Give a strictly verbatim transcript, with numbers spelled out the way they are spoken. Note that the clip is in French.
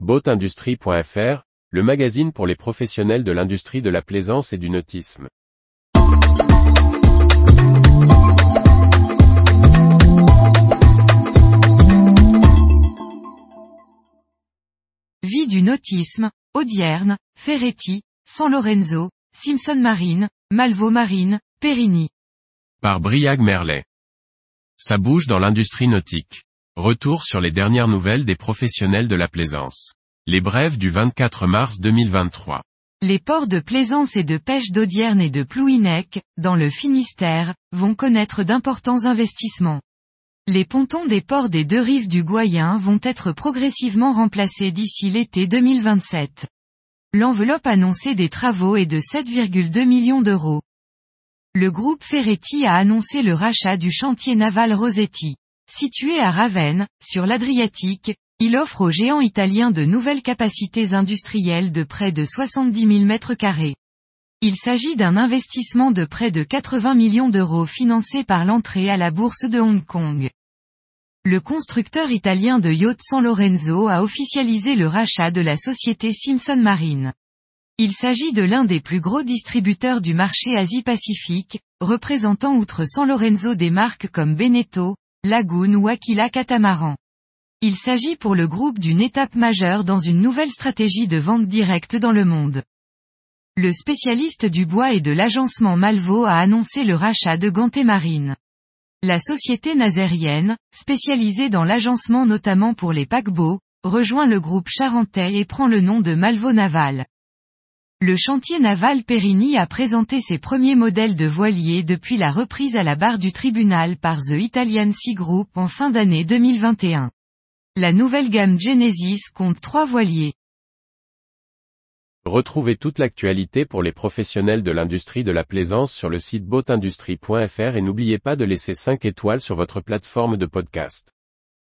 boatindustrie point f r, le magazine pour les professionnels de l'industrie de la plaisance et du nautisme. Vie du nautisme, Audierne, Ferretti, San Lorenzo, Simpson Marine, Malvo Marine, Perini. Par Briag Merlet. Ça bouge dans l'industrie nautique. Retour sur les dernières nouvelles des professionnels de la plaisance. Les brèves du vingt-quatre mars deux mille vingt-trois. Les ports de plaisance et de pêche d'Audierne et de Plouhinec, dans le Finistère, vont connaître d'importants investissements. Les pontons des ports des deux rives du Goyen vont être progressivement remplacés d'ici l'été deux mille vingt-sept. L'enveloppe annoncée des travaux est de sept virgule deux millions d'euros. Le groupe Ferretti a annoncé le rachat du chantier naval Rosetti. Situé à Ravenne, sur l'Adriatique, il offre aux géants italiens de nouvelles capacités industrielles de près de soixante-dix mille mètres carrés. Il s'agit d'un investissement de près de quatre-vingts millions d'euros financé par l'entrée à la bourse de Hong Kong. Le constructeur italien de yachts San Lorenzo a officialisé le rachat de la société Simpson Marine. Il s'agit de l'un des plus gros distributeurs du marché Asie-Pacifique, représentant outre San Lorenzo des marques comme Beneteau, Lagoon ou Aquila Catamaran. Il s'agit pour le groupe d'une étape majeure dans une nouvelle stratégie de vente directe dans le monde. Le spécialiste du bois et de l'agencement Malvo a annoncé le rachat de Ganté Marine. La société nazérienne, spécialisée dans l'agencement notamment pour les paquebots, rejoint le groupe charentais et prend le nom de Malvo Naval. Le chantier naval Perini a présenté ses premiers modèles de voiliers depuis la reprise à la barre du tribunal par The Italian Sea Group en fin d'année deux mille vingt et un. La nouvelle gamme Genesis compte trois voiliers. Retrouvez toute l'actualité pour les professionnels de l'industrie de la plaisance sur le site boatindustrie point f r et n'oubliez pas de laisser cinq étoiles sur votre plateforme de podcast.